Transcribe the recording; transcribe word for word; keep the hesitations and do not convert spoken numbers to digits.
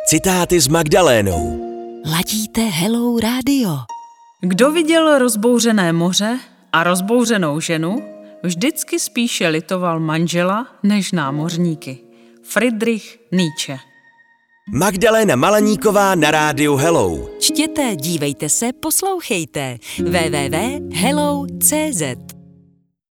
Citáty s Magdalénou. Ladíte Hello Radio. Kdo viděl rozbouřené moře a rozbouřenou ženu, vždycky spíše litoval manžela než námořníky. Friedrich Nietzsche. Magdaléna Malaníková na rádiu Hello. Čtěte, dívejte se, poslouchejte. w w w tečka hello tečka c z